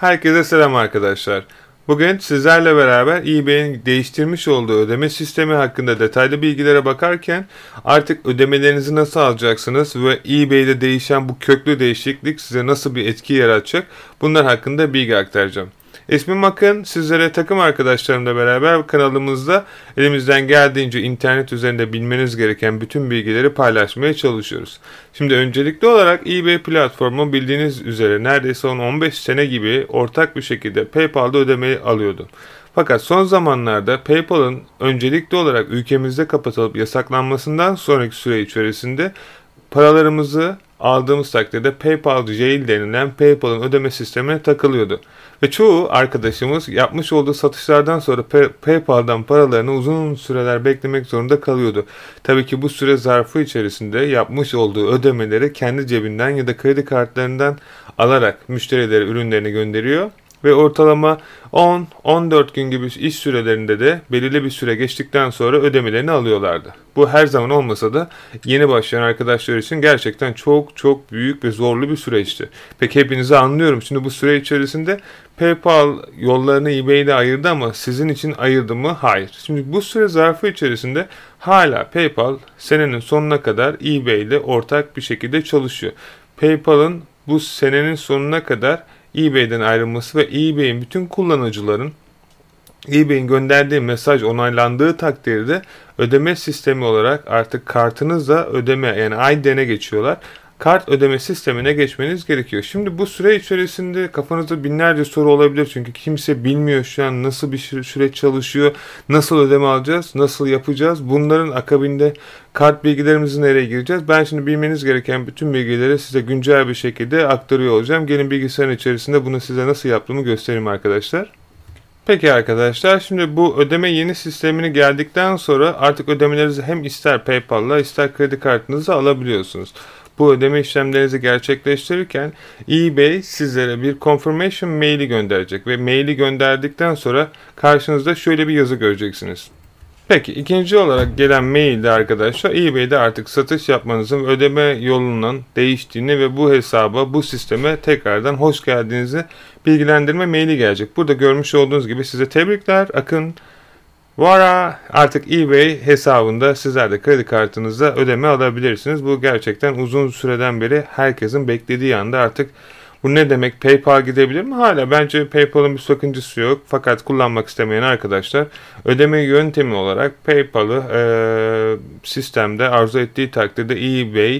Herkese selam arkadaşlar. Bugün sizlerle beraber eBay'in değiştirmiş olduğu ödeme sistemi hakkında detaylı bilgilere bakarken artık ödemelerinizi nasıl alacaksınız ve eBay'de değişen bu köklü değişiklik size nasıl bir etki yaratacak, bunlar hakkında bilgi aktaracağım. İsmim Akın. Sizlere takım arkadaşlarımla beraber kanalımızda elimizden geldiğince internet üzerinde bilmeniz gereken bütün bilgileri paylaşmaya çalışıyoruz. Şimdi öncelikli olarak eBay platformu bildiğiniz üzere neredeyse 10-15 sene gibi ortak bir şekilde PayPal'da ödemeyi alıyordu. Fakat son zamanlarda PayPal'ın öncelikli olarak ülkemizde kapatılıp yasaklanmasından sonraki süre içerisinde paralarımızı aldığımız takdirde PayPal Jail denilen PayPal'ın ödeme sistemine takılıyordu. Ve çoğu arkadaşımız yapmış olduğu satışlardan sonra PayPal'dan paralarını uzun süreler beklemek zorunda kalıyordu. Tabii ki bu süre zarfı içerisinde yapmış olduğu ödemeleri kendi cebinden ya da kredi kartlarından alarak müşterilere ürünlerini gönderiyor. Ve ortalama 10-14 gün gibi iş sürelerinde de belirli bir süre geçtikten sonra ödemelerini alıyorlardı. Bu her zaman olmasa da yeni başlayan arkadaşlar için gerçekten çok büyük ve zorlu bir süreçti. Peki hepinizi anlıyorum. Şimdi bu süre içerisinde PayPal yollarını eBay'de ayırdı ama sizin için ayırdı mı? Hayır. Şimdi bu süre zarfı içerisinde hala PayPal senenin sonuna kadar eBay ile ortak bir şekilde çalışıyor. PayPal'ın bu senenin sonuna kadar eBay'den ayrılması ve eBay'in bütün kullanıcıların eBay'in gönderdiği mesaj onaylandığı takdirde ödeme sistemi olarak artık kartınızla ödeme yani IDN'e geçiyorlar. Kart ödeme sistemine geçmeniz gerekiyor. Şimdi bu süre içerisinde kafanızda binlerce soru olabilir. Çünkü kimse bilmiyor şu an nasıl bir süreç çalışıyor, nasıl ödeme alacağız, nasıl yapacağız. Bunların akabinde kart bilgilerimizi nereye gireceğiz? Ben şimdi bilmeniz gereken bütün bilgileri size güncel bir şekilde aktarıyor olacağım. Gelin bilgisayarın içerisinde bunu size nasıl yaptığımı göstereyim arkadaşlar. Peki arkadaşlar, şimdi bu ödeme yeni sistemini geldikten sonra artık ödemelerinizi hem ister PayPal'la ister kredi kartınızla alabiliyorsunuz. Bu ödeme işlemlerinizi gerçekleştirirken eBay sizlere bir confirmation maili gönderecek ve maili gönderdikten sonra karşınızda şöyle bir yazı göreceksiniz. Peki ikinci olarak gelen mailde arkadaşlar eBay'de artık satış yapmanızın ödeme yolunun değiştiğini ve bu hesaba, bu sisteme tekrardan hoş geldinizi bilgilendirme maili gelecek. Burada görmüş olduğunuz gibi size tebrikler Akın. Vara artık eBay hesabında sizler de kredi kartınızla ödeme alabilirsiniz. Bu gerçekten uzun süreden beri herkesin beklediği anda artık bu ne demek, PayPal gidebilir mi? Hala bence PayPal'ın bir sakıncası yok. Fakat kullanmak istemeyen arkadaşlar ödeme yöntemi olarak PayPal'ı sistemde arzu ettiği takdirde eBay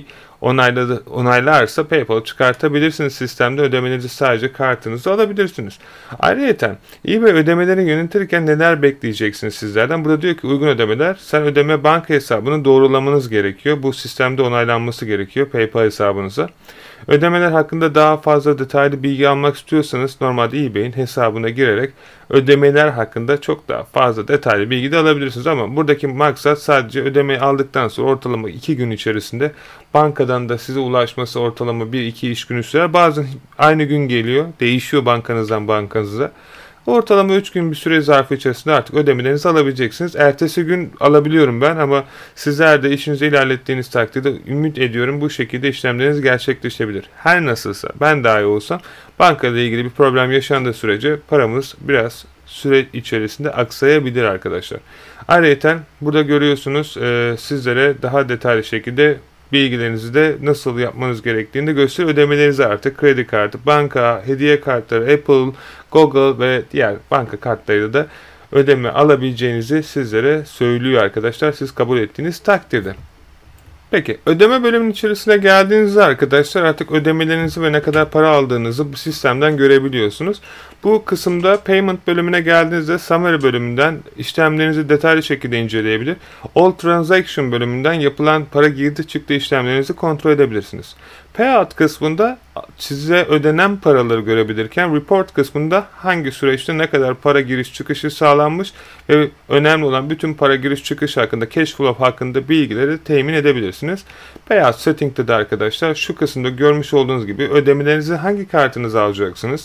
onaylarsa PayPal'ı çıkartabilirsiniz. Sistemde ödemelerinizi sadece kartınızla alabilirsiniz. Ayrıca eBay ödemeleri yönetirken neler bekleyeceksiniz sizlerden? Burada diyor ki uygun ödemeler. Sen ödeme banka hesabını doğrulamanız gerekiyor. Bu sistemde onaylanması gerekiyor PayPal hesabınıza. Ödemeler hakkında daha fazla detaylı bilgi almak istiyorsanız normalde eBay'in hesabına girerek ödemeler hakkında çok daha fazla detaylı bilgi de alabilirsiniz. Ama buradaki maksat sadece ödemeyi aldıktan sonra ortalama 2 gün içerisinde bankadan da size ulaşması ortalama 1-2 iş günü sürer. Bazen aynı gün geliyor. Değişiyor bankanızdan bankanıza. Ortalama 3 gün bir süre zarfı içerisinde artık ödemelerinizi alabileceksiniz. Ertesi gün alabiliyorum ben ama sizler de işinizi ilerlettiğiniz takdirde ümit ediyorum bu şekilde işlemleriniz gerçekleşebilir. Her nasılsa ben dahi olsam bankayla ilgili bir problem yaşandığı sürece paramız biraz süre içerisinde aksayabilir arkadaşlar. Ayrıca burada görüyorsunuz sizlere daha detaylı şekilde bilgilerinizi de nasıl yapmanız gerektiğini de gösteriyor. Ödemelerinizi artık kredi kartı, banka, hediye kartları, Apple, Google ve diğer banka kartlarıyla da ödeme alabileceğinizi sizlere söylüyor arkadaşlar. Siz kabul ettiğiniz takdirde. Peki ödeme bölümünün içerisine geldiğinizde arkadaşlar artık ödemelerinizi ve ne kadar para aldığınızı bu sistemden görebiliyorsunuz. Bu kısımda payment bölümüne geldiğinizde summary bölümünden işlemlerinizi detaylı şekilde inceleyebilir. All transaction bölümünden yapılan para girdi çıktı işlemlerinizi kontrol edebilirsiniz. Payout kısmında size ödenen paraları görebilirken report kısmında hangi süreçte ne kadar para giriş çıkışı sağlanmış ve önemli olan bütün para giriş çıkış hakkında, cash flow hakkında bilgileri temin edebilirsiniz. Payout setting'de de arkadaşlar şu kısımda görmüş olduğunuz gibi ödemelerinizi hangi kartınıza alacaksınız,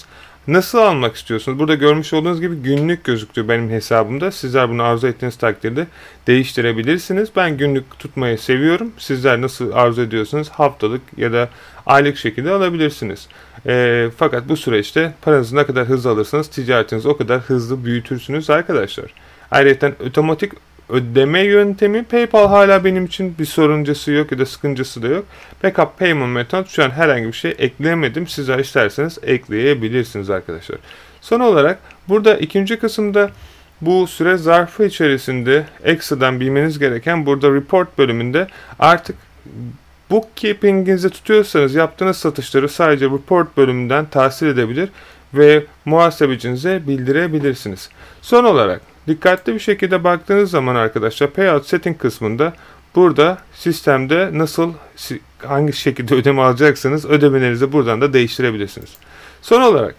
Nasıl almak istiyorsunuz? Burada görmüş olduğunuz gibi günlük gözüktü benim hesabımda. Sizler bunu arzu ettiğiniz takdirde değiştirebilirsiniz. Ben günlük tutmayı seviyorum. Sizler nasıl arzu ediyorsanız haftalık ya da aylık şekilde alabilirsiniz. Fakat bu süreçte paranızı ne kadar hızlı alırsanız ticaretinizi o kadar hızlı büyütürsünüz arkadaşlar. Ayrıca otomatik ödeme yöntemi PayPal hala benim için bir soruncusu yok ya da sıkıntısı da yok. Backup Payment Method şu an herhangi bir şey eklemedim. Sizler isterseniz ekleyebilirsiniz arkadaşlar. Son olarak burada ikinci kısımda bu süre zarfı içerisinde ekstradan bilmeniz gereken burada report bölümünde artık bookkeeping'inizi tutuyorsanız yaptığınız satışları sadece report bölümünden tahsil edebilir ve muhasebecinize bildirebilirsiniz. Son olarak dikkatli bir şekilde baktığınız zaman arkadaşlar Payout Setting kısmında burada sistemde hangi şekilde ödeme alacaksanız ödemelerinizi buradan da değiştirebilirsiniz. Son olarak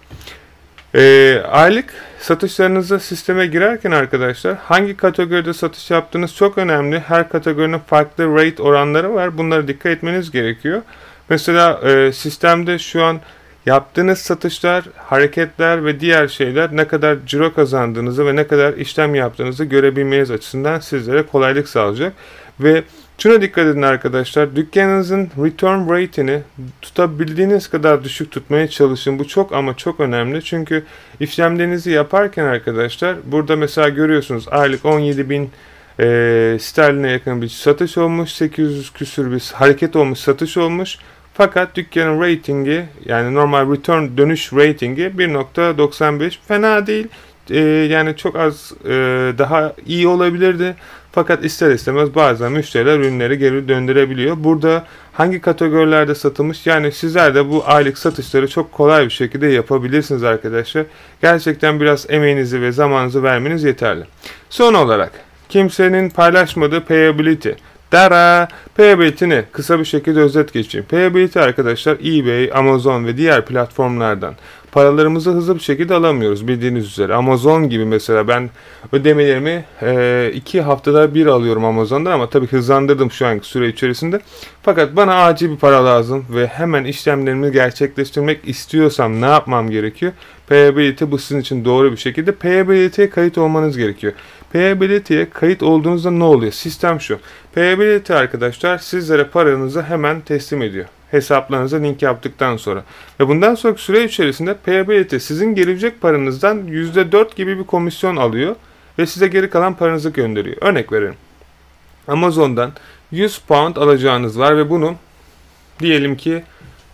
aylık satışlarınızı sisteme girerken arkadaşlar hangi kategoride satış yaptığınız çok önemli. Her kategorinin farklı rate oranları var. Bunlara dikkat etmeniz gerekiyor. Mesela sistemde şu an yaptığınız satışlar, hareketler ve diğer şeyler ne kadar ciro kazandığınızı ve ne kadar işlem yaptığınızı görebilmeniz açısından sizlere kolaylık sağlayacak. Ve şuna dikkat edin arkadaşlar, dükkanınızın return rate'ini tutabildiğiniz kadar düşük tutmaya çalışın. Bu çok ama çok önemli. Çünkü işlemlerinizi yaparken arkadaşlar burada mesela görüyorsunuz aylık 17.000 sterline yakın bir satış olmuş. 800 küsür bir hareket olmuş, satış olmuş. Fakat dükkanın ratingi yani normal return dönüş ratingi 1.95 fena değil. Yani çok az daha iyi olabilirdi. Fakat ister istemez bazen müşteriler ürünleri geri döndürebiliyor. Burada hangi kategorilerde satılmış yani sizler de bu aylık satışları çok kolay bir şekilde yapabilirsiniz arkadaşlar. Gerçekten biraz emeğinizi ve zamanınızı vermeniz yeterli. Son olarak kimsenin paylaşmadığı payability. Payability ne? Kısa bir şekilde özet geçeyim. Payability arkadaşlar eBay, Amazon ve diğer platformlardan paralarımızı hızlı bir şekilde alamıyoruz bildiğiniz üzere. Amazon gibi mesela ben ödemelerimi 2 haftada bir alıyorum Amazon'dan ama tabii hızlandırdım şu anki süre içerisinde. Fakat bana acil bir para lazım ve hemen işlemlerimi gerçekleştirmek istiyorsam ne yapmam gerekiyor? Payability bu sizin için doğru bir şekilde. Payability'ye kayıt olmanız gerekiyor. Payability'ye kayıt olduğunuzda ne oluyor? Sistem şu. Payability arkadaşlar sizlere paranızı hemen teslim ediyor. Hesaplarınıza link yaptıktan sonra. Ve bundan sonraki süre içerisinde Payability sizin gelecek paranızdan %4 gibi bir komisyon alıyor. Ve size geri kalan paranızı gönderiyor. Örnek verelim. Amazon'dan 100 pound alacağınız var ve bunu diyelim ki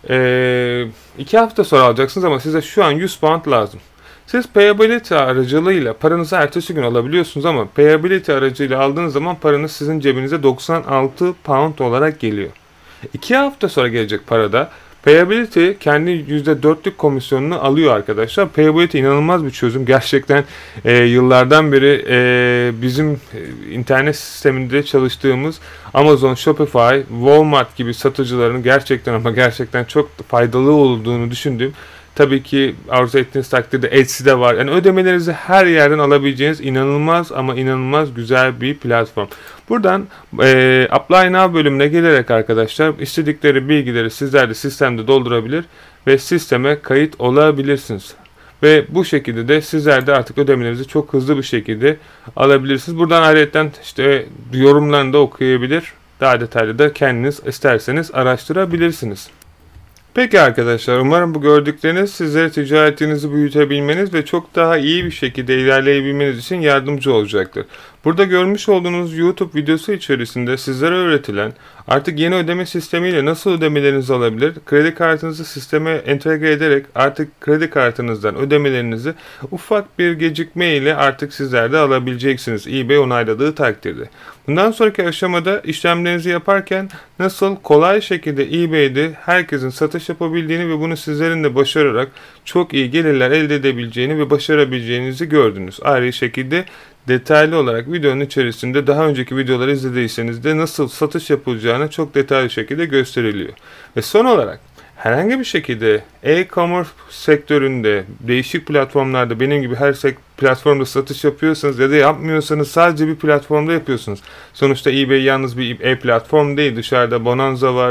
2 hafta sonra alacaksınız ama size şu an 100 pound lazım. Siz Payability aracılığıyla paranızı ertesi gün alabiliyorsunuz ama Payability aracıyla aldığınız zaman paranız sizin cebinize 96 pound olarak geliyor. 2 hafta sonra gelecek parada Payability kendi %4'lük komisyonunu alıyor arkadaşlar. Payability inanılmaz bir çözüm. Gerçekten yıllardan beri bizim internet sisteminde çalıştığımız Amazon, Shopify, Walmart gibi satıcıların gerçekten ama gerçekten çok faydalı olduğunu düşündüğüm. Tabii ki arzu ettiğiniz takdirde Etsy'de var. Yani ödemelerinizi her yerden alabileceğiniz inanılmaz ama inanılmaz güzel bir platform. Buradan Apply Now bölümüne gelerek arkadaşlar istedikleri bilgileri sizler de sistemde doldurabilir ve sisteme kayıt olabilirsiniz. Ve bu şekilde de sizler de artık ödemelerinizi çok hızlı bir şekilde alabilirsiniz. Buradan ayrıca işte yorumlarını da okuyabilir. Daha detaylı da kendiniz isterseniz araştırabilirsiniz. Peki arkadaşlar, umarım bu gördükleriniz sizlere ticaretinizi büyütebilmeniz ve çok daha iyi bir şekilde ilerleyebilmeniz için yardımcı olacaktır. Burada görmüş olduğunuz YouTube videosu içerisinde sizlere öğretilen artık yeni ödeme sistemiyle nasıl ödemelerinizi alabilir, kredi kartınızı sisteme entegre ederek artık kredi kartınızdan ödemelerinizi ufak bir gecikme ile artık sizler de alabileceksiniz eBay onayladığı takdirde. Bundan sonraki aşamada işlemlerinizi yaparken nasıl kolay şekilde eBay'de herkesin satış yapabildiğini ve bunu sizlerin de başararak çok iyi gelirler elde edebileceğini ve başarabileceğinizi gördünüz. Ayrı şekilde detaylı olarak videonun içerisinde daha önceki videoları izlediyseniz de nasıl satış yapılacağını çok detaylı şekilde gösteriliyor. Ve son olarak herhangi bir şekilde e-commerce sektöründe değişik platformlarda benim gibi her platformda satış yapıyorsanız ya da yapmıyorsanız sadece bir platformda yapıyorsunuz. Sonuçta eBay yalnız bir e-platform değil. Dışarıda Bonanza var,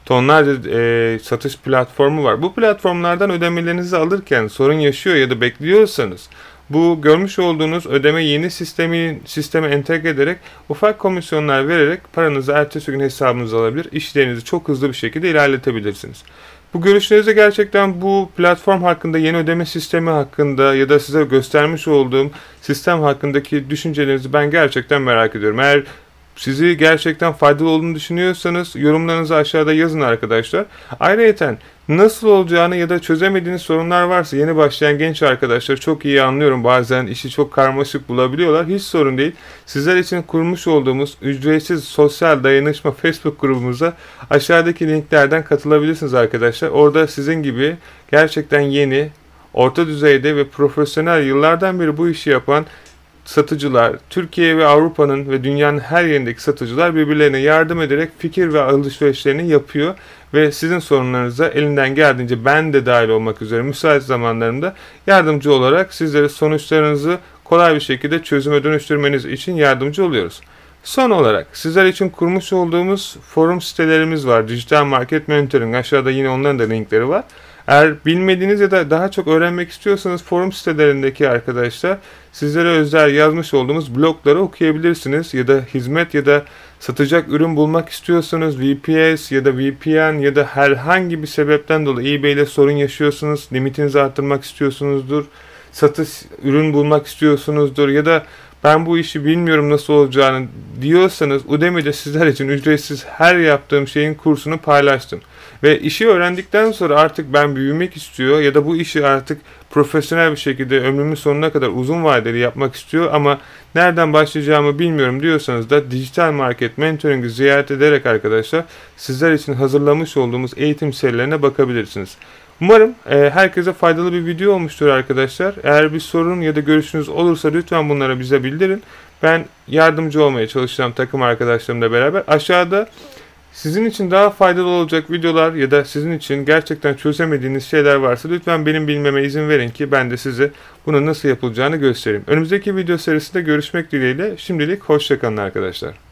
tonlarca satış platformu var. Bu platformlardan ödemelerinizi alırken sorun yaşıyor ya da bekliyorsanız bu görmüş olduğunuz ödeme yeni sisteme entegre ederek ufak komisyonlar vererek paranızı ertesi gün hesabınıza alabilir. İşlerinizi çok hızlı bir şekilde ilerletebilirsiniz. Bu görüşlerinizi gerçekten bu platform hakkında, yeni ödeme sistemi hakkında ya da size göstermiş olduğum sistem hakkındaki düşüncelerinizi ben gerçekten merak ediyorum. Eğer sizi gerçekten faydalı olduğunu düşünüyorsanız yorumlarınızı aşağıda yazın arkadaşlar. Ayrıca nasıl olacağını ya da çözemediğiniz sorunlar varsa yeni başlayan genç arkadaşlar çok iyi anlıyorum. Bazen işi çok karmaşık bulabiliyorlar. Hiç sorun değil. Sizler için kurmuş olduğumuz ücretsiz sosyal dayanışma Facebook grubumuza aşağıdaki linklerden katılabilirsiniz arkadaşlar. Orada sizin gibi gerçekten yeni, orta düzeyde ve profesyonel yıllardan beri bu işi yapan satıcılar, Türkiye ve Avrupa'nın ve dünyanın her yerindeki satıcılar birbirlerine yardım ederek fikir ve alışverişlerini yapıyor ve sizin sorunlarınıza elinden geldiğince ben de dahil olmak üzere müsait zamanlarında yardımcı olarak sizlere sonuçlarınızı kolay bir şekilde çözüme dönüştürmeniz için yardımcı oluyoruz. Son olarak sizler için kurmuş olduğumuz forum sitelerimiz var. Dijital Market Mentoring, aşağıda yine onların da linkleri var. Eğer bilmediğiniz ya da daha çok öğrenmek istiyorsanız forum sitelerindeki arkadaşlar sizlere özel yazmış olduğumuz blogları okuyabilirsiniz. Ya da hizmet ya da satacak ürün bulmak istiyorsanız VPS ya da VPN ya da herhangi bir sebepten dolayı eBay ile sorun yaşıyorsunuz, limitinizi arttırmak istiyorsunuzdur, satış ürün bulmak istiyorsunuzdur ya da ben bu işi bilmiyorum nasıl olacağını diyorsanız Udemy'de sizler için ücretsiz her yaptığım şeyin kursunu paylaştım. Ve işi öğrendikten sonra artık ben büyümek istiyor ya da bu işi artık profesyonel bir şekilde ömrümün sonuna kadar uzun vadeli yapmak istiyor ama nereden başlayacağımı bilmiyorum diyorsanız da Dijital Market Mentoring'i ziyaret ederek arkadaşlar sizler için hazırlamış olduğumuz eğitim serilerine bakabilirsiniz. Umarım herkese faydalı bir video olmuştur arkadaşlar. Eğer bir sorun ya da görüşünüz olursa lütfen bunları bize bildirin. Ben yardımcı olmaya çalışacağım takım arkadaşlarımla beraber. Aşağıda sizin için daha faydalı olacak videolar ya da sizin için gerçekten çözemediğiniz şeyler varsa lütfen benim bilmeme izin verin ki ben de size bunun nasıl yapılacağını göstereyim. Önümüzdeki video serisinde görüşmek dileğiyle. Şimdilik hoşça kalın arkadaşlar.